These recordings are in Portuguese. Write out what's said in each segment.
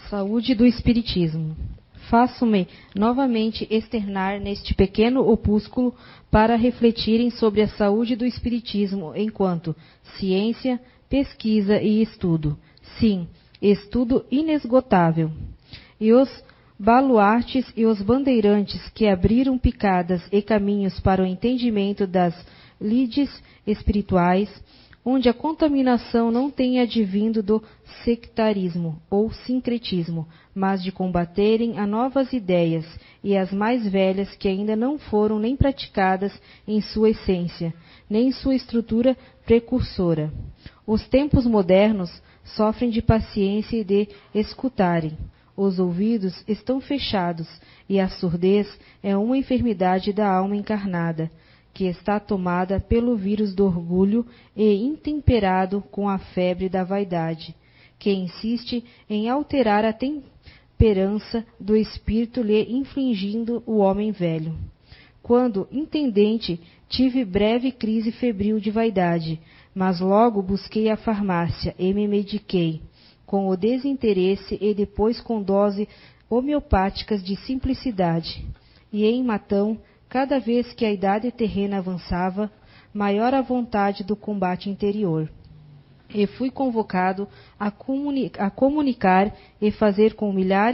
Saúde do Espiritismo. Faço-me novamente externar neste pequeno opúsculo para refletirem sobre a saúde do Espiritismo enquanto ciência, pesquisa e estudo. Sim, estudo inesgotável. E os baluartes e os bandeirantes que abriram picadas e caminhos para o entendimento das lides espirituais, onde a contaminação não tem advindo do sectarismo ou sincretismo, mas de combaterem a novas ideias e as mais velhas que ainda não foram nem praticadas em sua essência, nem em sua estrutura precursora. Os tempos modernos sofrem de paciência e de escutarem. Os ouvidos estão fechados e a surdez é uma enfermidade da alma encarnada, que está tomada pelo vírus do orgulho e intemperado com a febre da vaidade, que insiste em alterar a temperança do espírito lhe infligindo o homem velho. Quando intendente, tive breve crise febril de vaidade, mas logo busquei a farmácia e me mediquei, com o desinteresse e depois com dose homeopáticas de simplicidade. E em Matão, cada vez que a idade terrena avançava, maior a vontade do combate interior. E fui convocado a comunicar e fazer com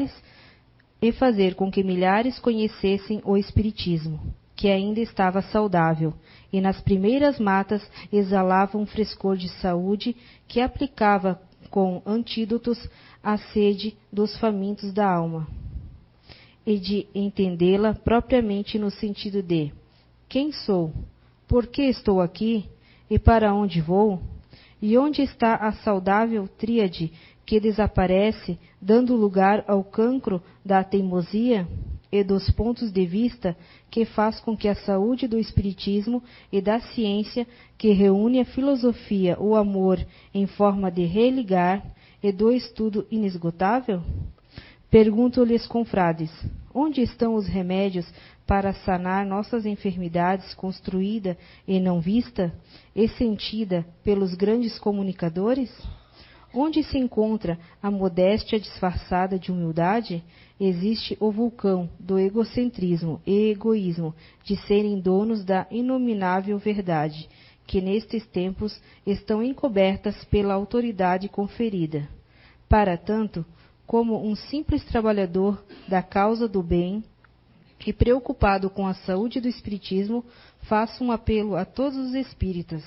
que milhares conhecessem o Espiritismo, que ainda estava saudável, e nas primeiras matas exalava um frescor de saúde que aplicava com antídotos à sede dos famintos da alma, e de entendê-la propriamente no sentido de: quem sou? Por que estou aqui? E para onde vou? E onde está a saudável tríade que desaparece, dando lugar ao cancro da teimosia e dos pontos de vista, que faz com que a saúde do Espiritismo e da ciência, que reúne a filosofia, o amor em forma de religar e do estudo inesgotável? Pergunto-lhes, confrades, onde estão os remédios para sanar nossas enfermidades construída e não vista, e sentida pelos grandes comunicadores? Onde se encontra a modéstia disfarçada de humildade? Existe o vulcão do egocentrismo e egoísmo de serem donos da inominável verdade, que nestes tempos estão encobertas pela autoridade conferida. Para tanto, como um simples trabalhador da causa do bem e preocupado com a saúde do Espiritismo, faço um apelo a todos os espíritas,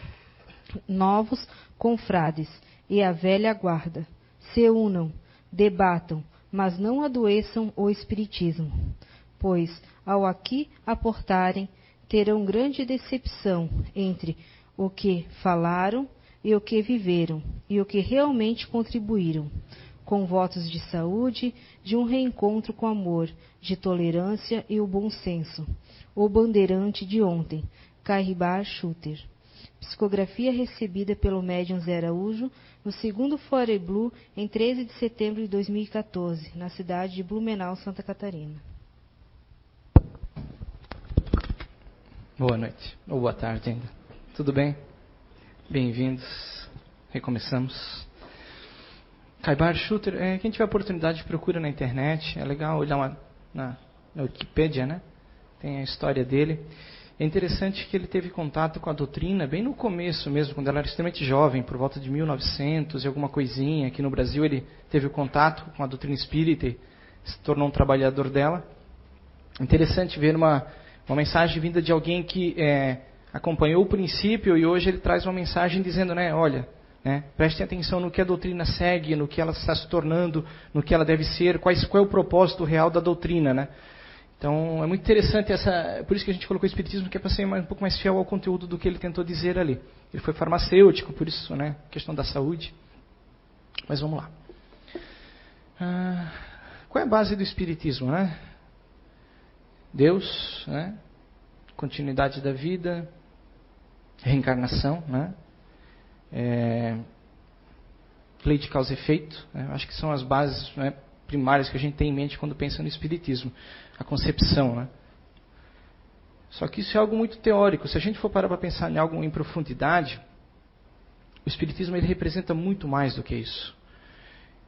novos confrades e a velha guarda. Se unam, debatam, mas não adoeçam o Espiritismo, pois, ao aqui aportarem, terão grande decepção entre o que falaram e o que viveram, e o que realmente contribuíram, com votos de saúde, de um reencontro com amor, de tolerância e o bom senso. O bandeirante de ontem, Caibar Schutter. Psicografia recebida pelo médium Zé Araújo no segundo Fore Blue em 13 de setembro de 2014, na cidade de Blumenau, Santa Catarina. Boa noite, ou boa tarde ainda. Tudo bem? Bem-vindos. Recomeçamos. Caibar Schutter, quem tiver oportunidade procura na internet, é legal olhar na Wikipédia, né? Tem a história dele. É interessante que ele teve contato com a doutrina bem no começo mesmo, quando ela era extremamente jovem, por volta de 1900 e alguma coisinha. Aqui no Brasil ele teve o contato com a doutrina espírita e se tornou um trabalhador dela. Interessante ver uma mensagem vinda de alguém que acompanhou o princípio e hoje ele traz uma mensagem dizendo, né, olha, prestem atenção no que a doutrina segue, no que ela está se tornando, no que ela deve ser, qual é o propósito real da doutrina, né? Então é muito interessante por isso que a gente colocou o Espiritismo, que é para ser um pouco mais fiel ao conteúdo do que ele tentou dizer ali. Ele foi farmacêutico, por isso, né, questão da saúde. Mas vamos lá. Qual é a base do Espiritismo, né? Deus, né? Continuidade da vida, reencarnação, né? Lei de causa e efeito, né? Acho que são as bases, né, primárias que a gente tem em mente quando pensa no Espiritismo, a concepção, né? Só que isso é algo muito teórico. Se a gente for parar para pensar em algo em profundidade, o Espiritismo ele representa muito mais do que isso.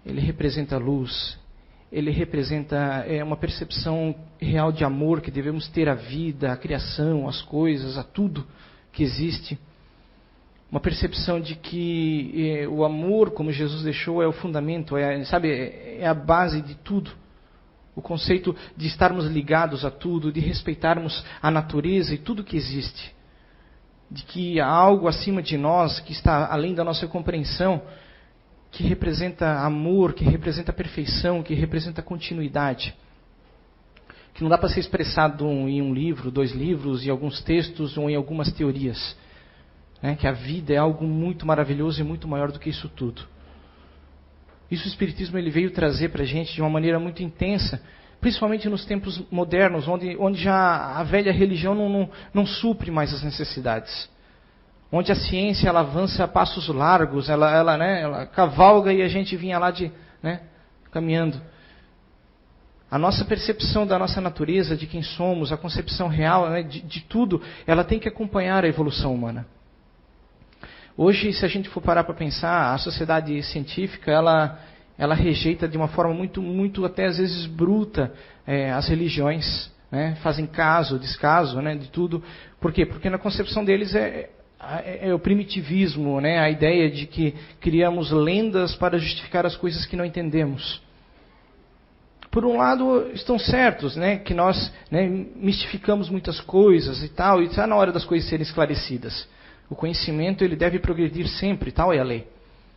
ele representa luz, ele representa uma percepção real de amor que devemos ter à vida, à criação, às coisas, a tudo que existe. Uma percepção de que o amor, como Jesus deixou, é o fundamento, é a base de tudo. O conceito de estarmos ligados a tudo, de respeitarmos a natureza e tudo que existe. De que há algo acima de nós, que está além da nossa compreensão, que representa amor, que representa perfeição, que representa continuidade. Que não dá para ser expressado em um livro, 2 livros, em alguns textos ou em algumas teorias. Que a vida é algo muito maravilhoso e muito maior do que isso tudo. Isso o Espiritismo ele veio trazer para a gente de uma maneira muito intensa, principalmente nos tempos modernos, onde já a velha religião não supre mais as necessidades. Onde a ciência ela avança a passos largos, ela cavalga e a gente vinha lá caminhando. A nossa percepção da nossa natureza, de quem somos, a concepção real de tudo, ela tem que acompanhar a evolução humana. Hoje, se a gente for parar para pensar, a sociedade científica, ela rejeita de uma forma muito, muito até às vezes bruta as religiões, fazem descaso de tudo. Por quê? Porque na concepção deles é o primitivismo, a ideia de que criamos lendas para justificar as coisas que não entendemos. Por um lado, estão certos, que nós mistificamos muitas coisas e tal, e está na hora das coisas serem esclarecidas. O conhecimento ele deve progredir sempre, tal é a lei.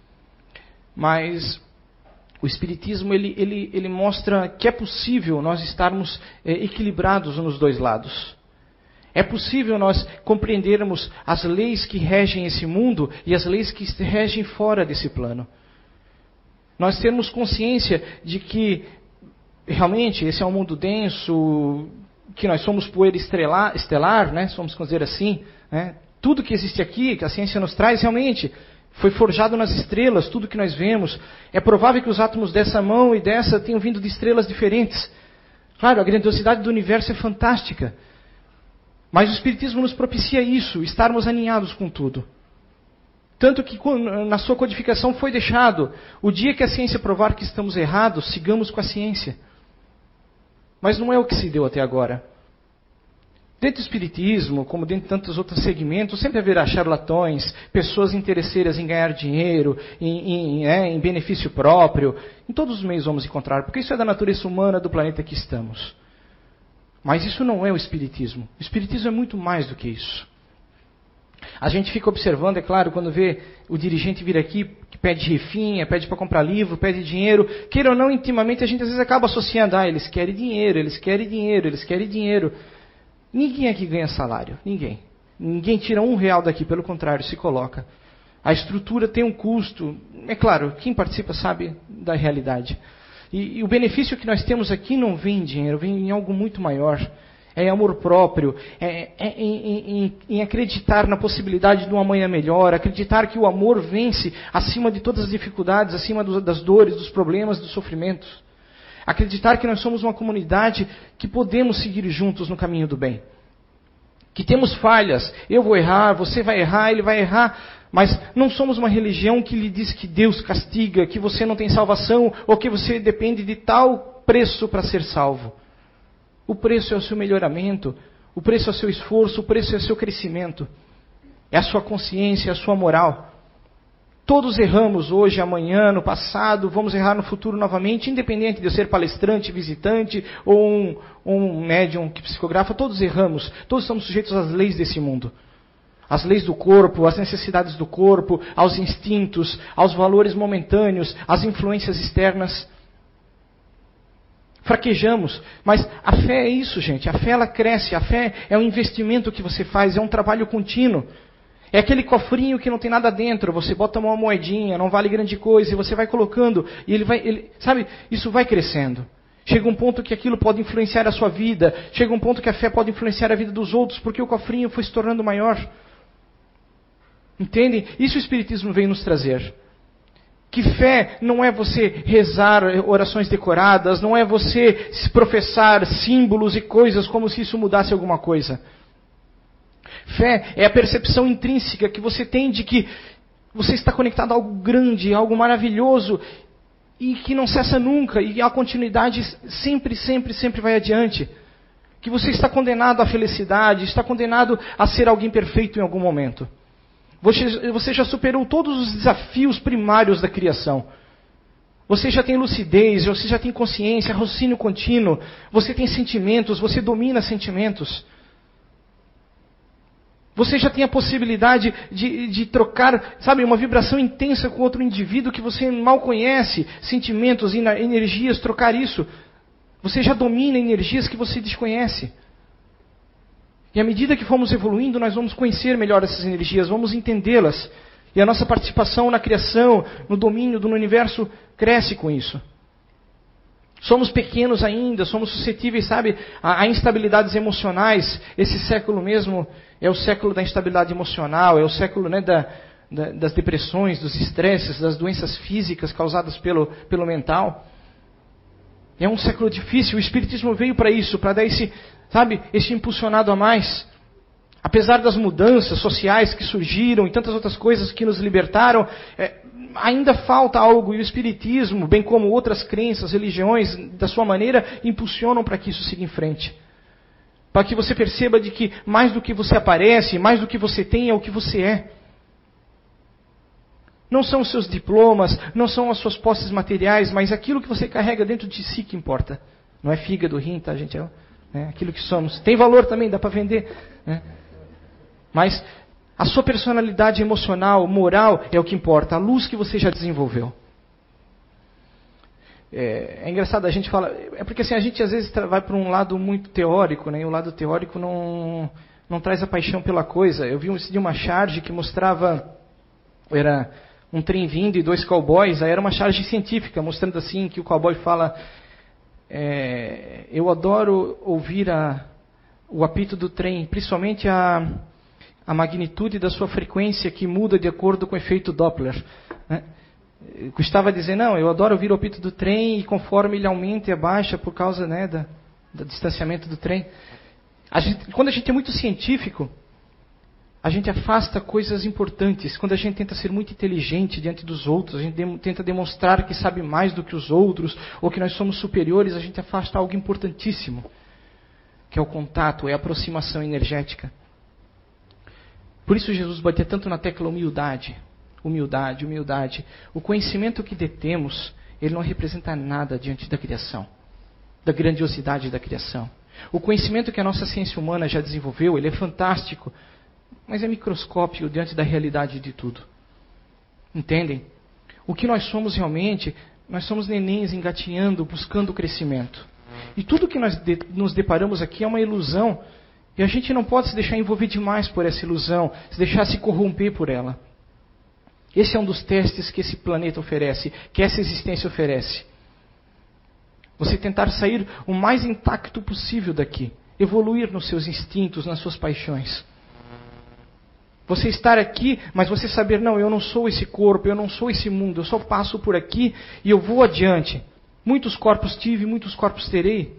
Mas o Espiritismo ele mostra que é possível nós estarmos equilibrados nos dois lados. É possível nós compreendermos as leis que regem esse mundo e as leis que regem fora desse plano. Nós termos consciência de que realmente esse é um mundo denso, que nós somos poeira estelar, vamos dizer assim, Tudo que existe aqui, que a ciência nos traz, realmente foi forjado nas estrelas, tudo que nós vemos. É provável que os átomos dessa mão e dessa tenham vindo de estrelas diferentes. Claro, a grandiosidade do universo é fantástica. Mas o Espiritismo nos propicia isso, estarmos alinhados com tudo. Tanto que na sua codificação foi deixado, o dia que a ciência provar que estamos errados, sigamos com a ciência. Mas não é o que se deu até agora. Dentro do Espiritismo, como dentro de tantos outros segmentos, sempre haverá charlatões, pessoas interesseiras em ganhar dinheiro, em benefício próprio. Em todos os meios vamos encontrar, porque isso é da natureza humana do planeta que estamos. Mas isso não é o Espiritismo. O Espiritismo é muito mais do que isso. A gente fica observando, é claro, quando vê o dirigente vir aqui, que pede rifinha, pede para comprar livro, pede dinheiro, queira ou não, intimamente a gente às vezes acaba associando, eles querem dinheiro, eles querem dinheiro, eles querem dinheiro. Ninguém aqui ganha salário, ninguém. Ninguém tira R$1 daqui, pelo contrário, se coloca. A estrutura tem um custo, é claro, quem participa sabe da realidade. E o benefício que nós temos aqui não vem em dinheiro, vem em algo muito maior. É amor próprio, em acreditar na possibilidade de um amanhã melhor, acreditar que o amor vence acima de todas as dificuldades, acima das dores, dos problemas, dos sofrimentos. Acreditar que nós somos uma comunidade que podemos seguir juntos no caminho do bem. Que temos falhas, eu vou errar, você vai errar, ele vai errar, mas não somos uma religião que lhe diz que Deus castiga, que você não tem salvação, ou que você depende de tal preço para ser salvo. O preço é o seu melhoramento, o preço é o seu esforço, o preço é o seu crescimento. É a sua consciência, é a sua moral. Todos erramos hoje, amanhã, no passado, vamos errar no futuro novamente, independente de eu ser palestrante, visitante ou um médium que psicografa, todos erramos, todos estamos sujeitos às leis desse mundo. As leis do corpo, às necessidades do corpo, aos instintos, aos valores momentâneos, às influências externas. Fraquejamos, mas a fé é isso, gente, a fé ela cresce, a fé é um investimento que você faz, é um trabalho contínuo. É aquele cofrinho que não tem nada dentro, você bota uma moedinha, não vale grande coisa, e você vai colocando, e sabe, isso vai crescendo. Chega um ponto que aquilo pode influenciar a sua vida, chega um ponto que a fé pode influenciar a vida dos outros, porque o cofrinho foi se tornando maior. Entendem? Isso o Espiritismo veio nos trazer. Que fé não é você rezar orações decoradas, não é você se professar símbolos e coisas como se isso mudasse alguma coisa. Fé é a percepção intrínseca que você tem de que você está conectado a algo grande, a algo maravilhoso, e que não cessa nunca, e a continuidade sempre, sempre, sempre vai adiante. Que você está condenado à felicidade, está condenado a ser alguém perfeito em algum momento. Você já superou todos os desafios primários da criação. Você já tem lucidez, você já tem consciência, raciocínio contínuo, você tem sentimentos, você domina sentimentos. Você já tem a possibilidade de trocar, sabe, uma vibração intensa com outro indivíduo que você mal conhece, sentimentos, energias, trocar isso. Você já domina energias que você desconhece. E à medida que formos evoluindo, nós vamos conhecer melhor essas energias, vamos entendê-las. E a nossa participação na criação, no domínio do universo, cresce com isso. Somos pequenos ainda, somos suscetíveis, sabe, a instabilidades emocionais. Esse século mesmo é o século da instabilidade emocional, é o século, né, das depressões, dos estresses, das doenças físicas causadas pelo mental. É um século difícil, o Espiritismo veio para isso, para dar esse impulsionado a mais. Apesar das mudanças sociais que surgiram e tantas outras coisas que nos libertaram, ainda falta algo, e o Espiritismo, bem como outras crenças, religiões, da sua maneira, impulsionam para que isso siga em frente. Para que você perceba de que mais do que você aparece, mais do que você tem, é o que você é. Não são os seus diplomas, não são as suas posses materiais, mas aquilo que você carrega dentro de si que importa. Não é fígado, rim, tá, gente? É aquilo que somos. Tem valor também, dá para vender. Né? Mas a sua personalidade emocional, moral, é o que importa. A luz que você já desenvolveu. É engraçado, a gente fala... É porque assim, a gente às vezes vai para um lado muito teórico, né? E o lado teórico não traz a paixão pela coisa. Eu vi uma charge que mostrava... Era um trem vindo e 2 cowboys. Aí era uma charge científica, mostrando assim que o cowboy fala... eu adoro ouvir o apito do trem, principalmente a magnitude da sua frequência que muda de acordo com o efeito Doppler. Né? Custava dizer, não, eu adoro ouvir o apito do trem e conforme ele aumenta e abaixa por causa, né, do distanciamento do trem. Quando a gente é muito científico, a gente afasta coisas importantes. Quando a gente tenta ser muito inteligente diante dos outros, a gente tenta demonstrar que sabe mais do que os outros, ou que nós somos superiores, a gente afasta algo importantíssimo, que é o contato, é a aproximação energética. Por isso Jesus batia tanto na tecla humildade. Humildade, humildade. O conhecimento que detemos, ele não representa nada diante da criação, da grandiosidade da criação. O conhecimento que a nossa ciência humana já desenvolveu, ele é fantástico, mas é microscópico diante da realidade de tudo. Entendem? O que nós somos realmente, nós somos nenéns engatinhando, buscando o crescimento. E tudo que nós nos deparamos aqui é uma ilusão, e a gente não pode se deixar envolver demais por essa ilusão, se deixar se corromper por ela. Esse é um dos testes que esse planeta oferece, que essa existência oferece. Você tentar sair o mais intacto possível daqui, evoluir nos seus instintos, nas suas paixões. Você estar aqui, mas você saber, não, eu não sou esse corpo, eu não sou esse mundo, eu só passo por aqui e eu vou adiante. Muitos corpos tive, muitos corpos terei.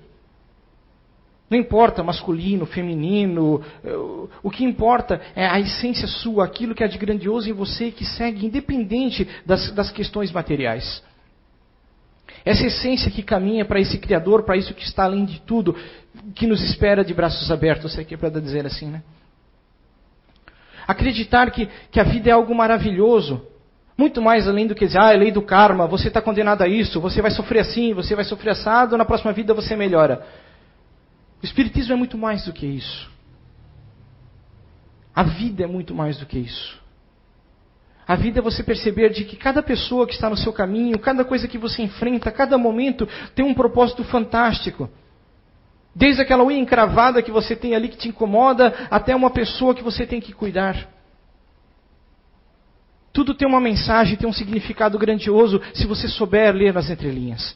Não importa masculino, feminino, o que importa é a essência sua, aquilo que é de grandioso em você e que segue independente das questões materiais. Essa essência que caminha para esse Criador, para isso que está além de tudo, que nos espera de braços abertos, isso aqui é para dizer assim, né? Acreditar que a vida é algo maravilhoso, muito mais além do que dizer, é lei do karma, você está condenado a isso, você vai sofrer assim, você vai sofrer assado, na próxima vida você melhora. O Espiritismo é muito mais do que isso. A vida é muito mais do que isso. A vida é você perceber de que cada pessoa que está no seu caminho, cada coisa que você enfrenta, cada momento tem um propósito fantástico. Desde aquela unha encravada que você tem ali que te incomoda, até uma pessoa que você tem que cuidar. Tudo tem uma mensagem, tem um significado grandioso, se você souber ler nas entrelinhas.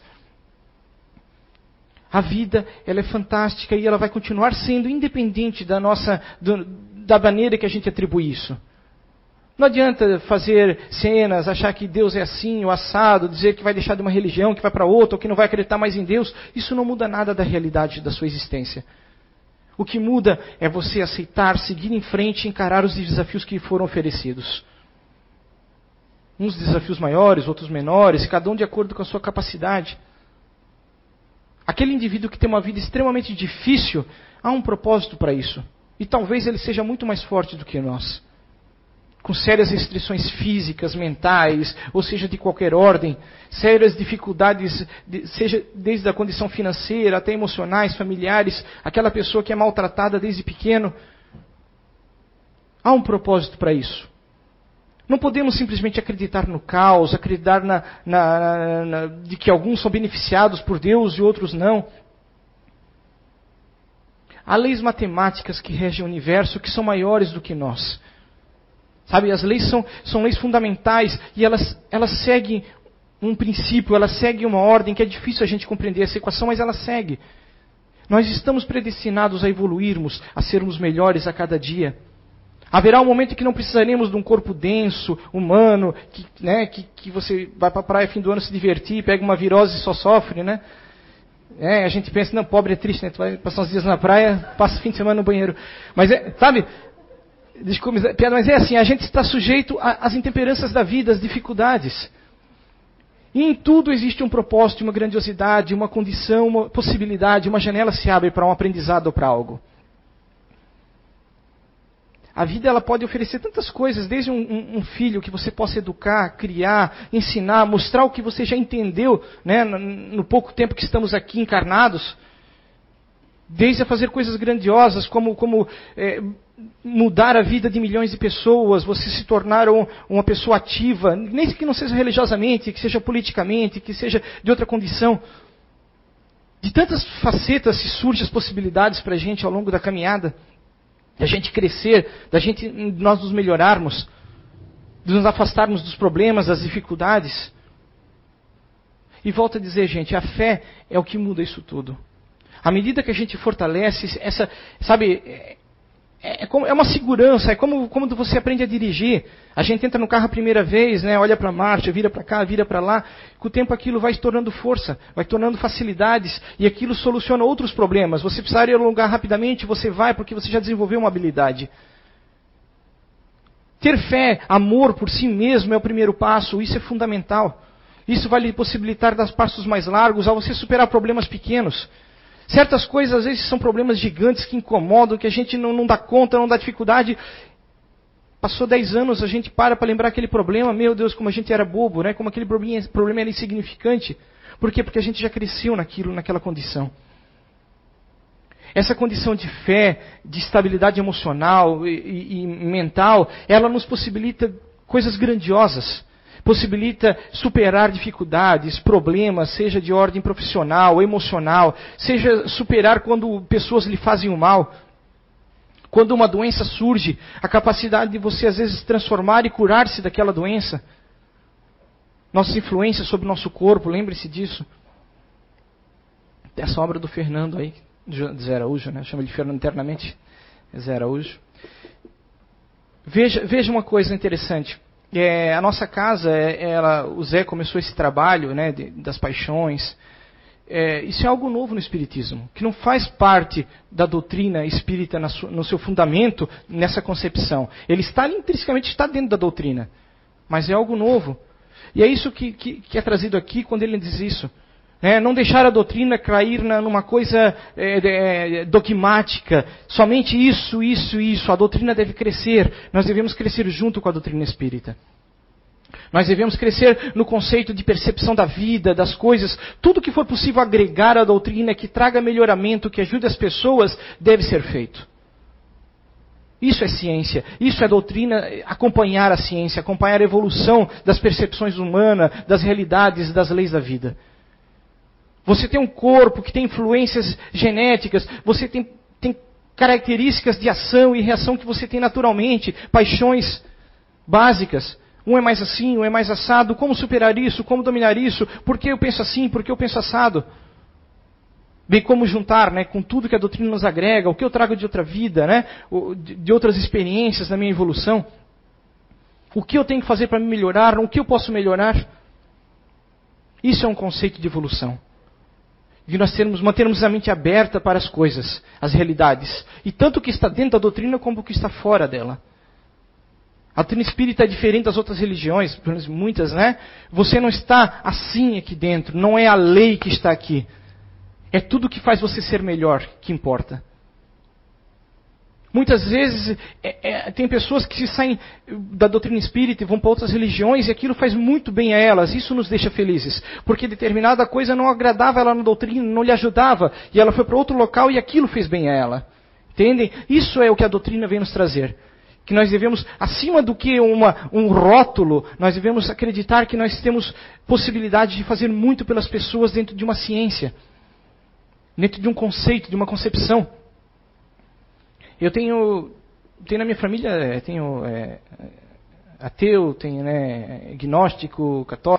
A vida, ela é fantástica e ela vai continuar sendo independente da maneira que a gente atribui isso. Não adianta fazer cenas, achar que Deus é assim, o assado, dizer que vai deixar de uma religião, que vai para outra, ou que não vai acreditar mais em Deus. Isso não muda nada da realidade da sua existência. O que muda é você aceitar, seguir em frente e encarar os desafios que foram oferecidos. Uns desafios maiores, outros menores, cada um de acordo com a sua capacidade. Aquele indivíduo que tem uma vida extremamente difícil, há um propósito para isso. E talvez ele seja muito mais forte do que nós. Com sérias restrições físicas, mentais, ou seja, de qualquer ordem, sérias dificuldades, seja desde a condição financeira até emocionais, familiares, aquela pessoa que é maltratada desde pequeno. Há um propósito para isso. Não podemos simplesmente acreditar no caos, acreditar de que alguns são beneficiados por Deus e outros não. Há leis matemáticas que regem o universo que são maiores do que nós. Sabe, as leis são leis fundamentais e elas seguem um princípio, elas seguem uma ordem que é difícil a gente compreender essa equação, mas ela segue. Nós estamos predestinados a evoluirmos, a sermos melhores a cada dia. Haverá um momento em que não precisaremos de um corpo denso, humano, que você vai para a praia fim do ano se divertir, pega uma virose e só sofre, né? A gente pensa, não, pobre é triste, né? Tu vai passar uns dias na praia, passa o fim de semana no banheiro. Mas, sabe, desculpe, piada, mas é assim, a gente está sujeito às intemperanças da vida, às dificuldades. E em tudo existe um propósito, uma grandiosidade, uma condição, uma possibilidade, uma janela se abre para um aprendizado ou para algo. A vida ela pode oferecer tantas coisas, desde um filho que você possa educar, criar, ensinar, mostrar o que você já entendeu, né, no pouco tempo que estamos aqui encarnados, desde a fazer coisas grandiosas, como mudar a vida de milhões de pessoas, você se tornar uma pessoa ativa, nem que não seja religiosamente, que seja politicamente, que seja de outra condição. De tantas facetas se surgem as possibilidades para a gente ao longo da caminhada. Da gente crescer, nós nos melhorarmos, de nos afastarmos dos problemas, das dificuldades. E volto a dizer, gente, a fé é o que muda isso tudo. À medida que a gente fortalece essa, sabe, é uma segurança, é como você aprende a dirigir. A gente entra no carro a primeira vez, né, olha para a marcha, vira para cá, vira para lá. Com o tempo aquilo vai se tornando força, vai tornando facilidades e aquilo soluciona outros problemas. Você precisar ir a um lugar rapidamente, você vai porque você já desenvolveu uma habilidade. Ter fé, amor por si mesmo é o primeiro passo, isso é fundamental. Isso vai lhe possibilitar dar passos mais largos ao você superar problemas pequenos. Certas coisas, às vezes, são problemas gigantes que incomodam, que a gente não dá conta, não dá dificuldade. Passou 10 anos, a gente para lembrar aquele problema. Meu Deus, como a gente era bobo, né? Como aquele problema era insignificante. Por quê? Porque a gente já cresceu naquela condição. Essa condição de fé, de estabilidade emocional e mental, ela nos possibilita coisas grandiosas. Possibilita superar dificuldades, problemas, seja de ordem profissional, emocional, seja superar quando pessoas lhe fazem o mal. Quando uma doença surge, a capacidade de você às vezes transformar e curar-se daquela doença. Nossa influência sobre o nosso corpo, lembre-se disso. Essa obra do Fernando aí, de Zé Araújo, né? Chama ele de Fernando internamente, Zé Araújo. Veja uma coisa interessante. A nossa casa, o Zé começou esse trabalho, né, das paixões. Isso é algo novo no Espiritismo, que não faz parte da doutrina espírita no seu fundamento, nessa concepção. Ele intrinsecamente está dentro da doutrina, mas é algo novo. E é isso que é trazido aqui quando ele diz isso. Não deixar a doutrina cair numa coisa dogmática, somente isso. A doutrina deve crescer, nós devemos crescer junto com a doutrina espírita. Nós devemos crescer no conceito de percepção da vida, das coisas, tudo que for possível agregar à doutrina, que traga melhoramento, que ajude as pessoas, deve ser feito. Isso é ciência, isso é doutrina, acompanhar a ciência, acompanhar a evolução das percepções humanas, das realidades, das leis da vida. Você tem um corpo que tem influências genéticas, você tem características de ação e reação que você tem naturalmente, paixões básicas. Um é mais assim, um é mais assado. Como superar isso? Como dominar isso? Por que eu penso assim? Por que eu penso assado? Bem, como juntar, né, com tudo que a doutrina nos agrega, o que eu trago de outra vida, né, de outras experiências na minha evolução. O que eu tenho que fazer para me melhorar? O que eu posso melhorar? Isso é um conceito de evolução. De nós mantermos a mente aberta para as coisas, as realidades. E tanto o que está dentro da doutrina como o que está fora dela. A doutrina espírita é diferente das outras religiões, pelo menos muitas, né? Você não está assim aqui dentro, não é a lei que está aqui. É tudo que faz você ser melhor que importa. Muitas vezes tem pessoas que saem da doutrina espírita e vão para outras religiões e aquilo faz muito bem a elas. Isso nos deixa felizes. Porque determinada coisa não agradava ela na doutrina, não lhe ajudava. E ela foi para outro local e aquilo fez bem a ela. Entendem? Isso é o que a doutrina vem nos trazer. Que nós devemos, acima do que um rótulo, nós devemos acreditar que nós temos possibilidade de fazer muito pelas pessoas dentro de uma ciência. Dentro de um conceito, de uma concepção. Eu tenho na minha família, tenho ateu, tenho agnóstico, católico.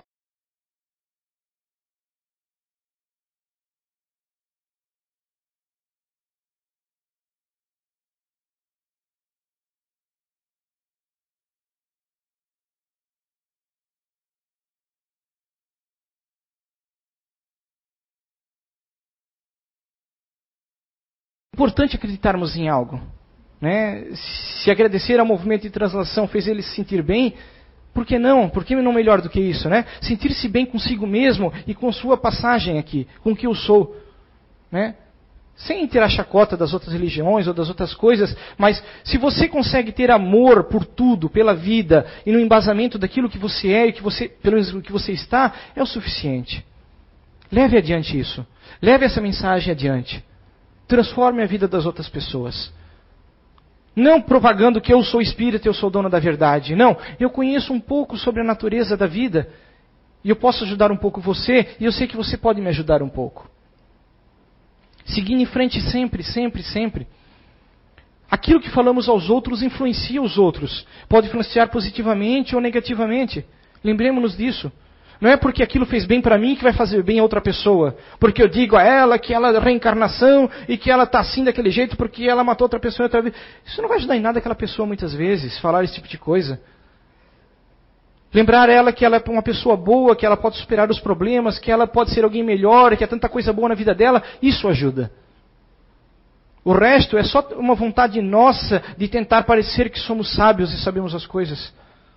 É importante acreditarmos em algo. Né? Se agradecer ao movimento de translação fez ele se sentir bem, por que não? Por que não melhor do que isso? Né? Sentir-se bem consigo mesmo e com sua passagem aqui, com o que eu sou. Né? Sem ter a chacota das outras religiões ou das outras coisas, mas se você consegue ter amor por tudo, pela vida, e no embasamento daquilo que você é e pelo menos o que você está, é o suficiente. Leve adiante isso. Leve essa mensagem adiante. Transforme a vida das outras pessoas. Não propagando que eu sou espírita, eu sou dono da verdade. Não, eu conheço um pouco sobre a natureza da vida. E eu posso ajudar um pouco você, e eu sei que você pode me ajudar um pouco. Seguindo em frente sempre, sempre, sempre. Aquilo que falamos aos outros influencia os outros. Pode influenciar positivamente ou negativamente. Lembremos-nos disso. Não é porque aquilo fez bem para mim que vai fazer bem a outra pessoa. Porque eu digo a ela que ela é reencarnação e que ela está assim daquele jeito porque ela matou outra pessoa outra vez. Isso não vai ajudar em nada aquela pessoa muitas vezes, falar esse tipo de coisa. Lembrar ela que ela é uma pessoa boa, que ela pode superar os problemas, que ela pode ser alguém melhor, que há tanta coisa boa na vida dela, isso ajuda. O resto é só uma vontade nossa de tentar parecer que somos sábios e sabemos as coisas.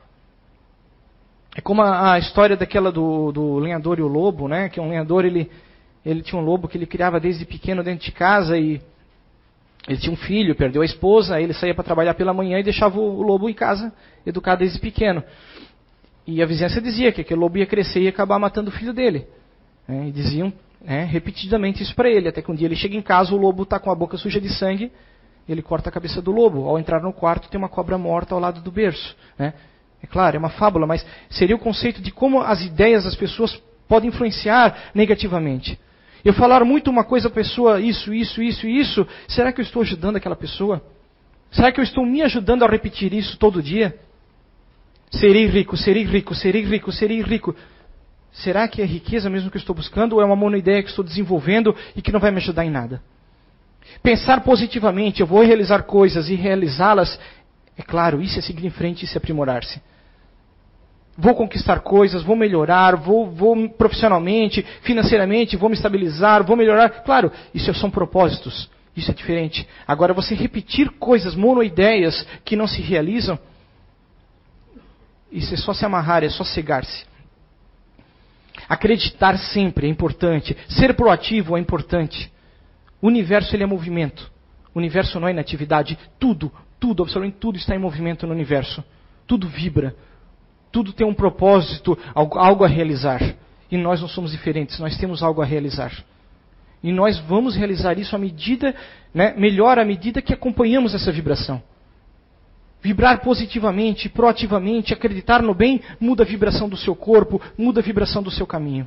É como a história daquela do lenhador e o lobo, né? Que um lenhador, ele tinha um lobo que ele criava desde pequeno dentro de casa e ele tinha um filho, perdeu a esposa, aí ele saía para trabalhar pela manhã e deixava o lobo em casa, educado desde pequeno. E a vizinhança dizia que aquele lobo ia crescer e ia acabar matando o filho dele. E diziam repetidamente isso para ele, até que um dia ele chega em casa, o lobo está com a boca suja de sangue, ele corta a cabeça do lobo. Ao entrar no quarto tem uma cobra morta ao lado do berço. É claro, é uma fábula, mas seria o conceito de como as ideias das pessoas podem influenciar negativamente. Eu falar muito uma coisa à pessoa, isso, será que eu estou ajudando aquela pessoa? Será que eu estou me ajudando a repetir isso todo dia? Serei rico, serei rico, serei rico, serei rico. Será que é riqueza mesmo que eu estou buscando ou é uma monoideia que estou desenvolvendo e que não vai me ajudar em nada? Pensar positivamente, eu vou realizar coisas e realizá-las, é claro, isso é seguir em frente, isso é aprimorar-se. Vou conquistar coisas, vou melhorar, vou profissionalmente, financeiramente, vou me estabilizar, vou melhorar. Claro, isso são propósitos, isso é diferente. Agora, você repetir coisas, monoideias que não se realizam, isso é só se amarrar, é só cegar-se. Acreditar sempre é importante. Ser proativo é importante. O universo ele é movimento. O universo não é inatividade. Tudo, absolutamente tudo está em movimento no universo. Tudo vibra. Tudo tem um propósito, algo a realizar. E nós não somos diferentes, nós temos algo a realizar. E nós vamos realizar isso à medida, melhor à medida que acompanhamos essa vibração. Vibrar positivamente, proativamente, acreditar no bem, muda a vibração do seu corpo, muda a vibração do seu caminho.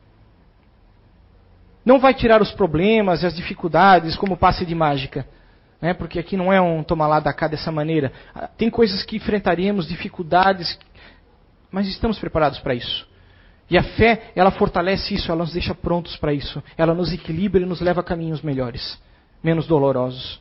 Não vai tirar os problemas e as dificuldades como passe de mágica. Porque aqui não é um toma lá da cá dessa maneira. Tem coisas que enfrentaremos, dificuldades, mas estamos preparados para isso. E a fé, ela fortalece isso, ela nos deixa prontos para isso. Ela nos equilibra e nos leva a caminhos melhores, menos dolorosos.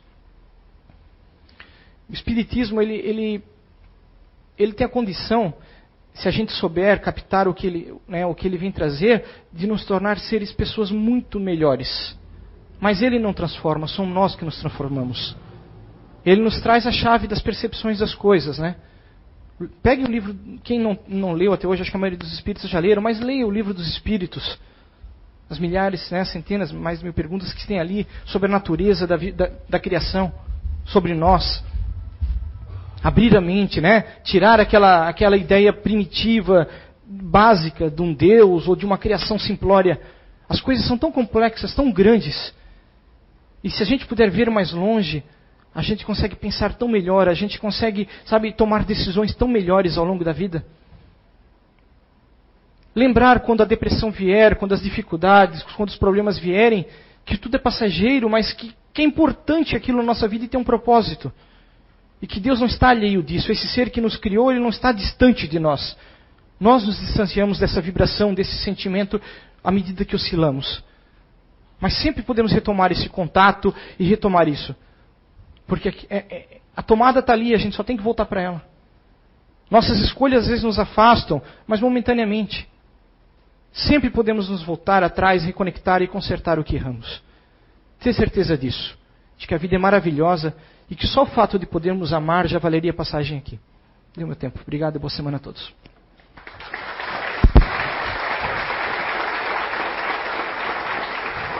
O Espiritismo, ele tem a condição, se a gente souber captar o que ele vem trazer, de nos tornar seres, pessoas muito melhores. Mas ele não transforma, somos nós que nos transformamos. Ele nos traz a chave das percepções das coisas, Pegue o livro, quem não leu até hoje, acho que a maioria dos espíritos já leram, mas leia o livro dos espíritos. As milhares, né, centenas, mais de 1000 perguntas que tem ali sobre a natureza da criação, sobre nós. Abrir a mente, né? Tirar aquela ideia primitiva, básica de um Deus ou de uma criação simplória. As coisas são tão complexas, tão grandes. E se a gente puder ver mais longe, a gente consegue pensar tão melhor, a gente consegue, tomar decisões tão melhores ao longo da vida. Lembrar quando a depressão vier, quando as dificuldades, quando os problemas vierem, que tudo é passageiro, mas que é importante aquilo na nossa vida e tem um propósito. E que Deus não está alheio disso. Esse ser que nos criou, ele não está distante de nós. Nós nos distanciamos dessa vibração, desse sentimento, à medida que oscilamos. Mas sempre podemos retomar esse contato e retomar isso. Porque a tomada está ali, a gente só tem que voltar para ela. Nossas escolhas às vezes nos afastam, mas momentaneamente. Sempre podemos nos voltar atrás, reconectar e consertar o que erramos. Ter certeza disso. De que a vida é maravilhosa e que só o fato de podermos amar já valeria a passagem aqui. Deu meu tempo. Obrigado e boa semana a todos.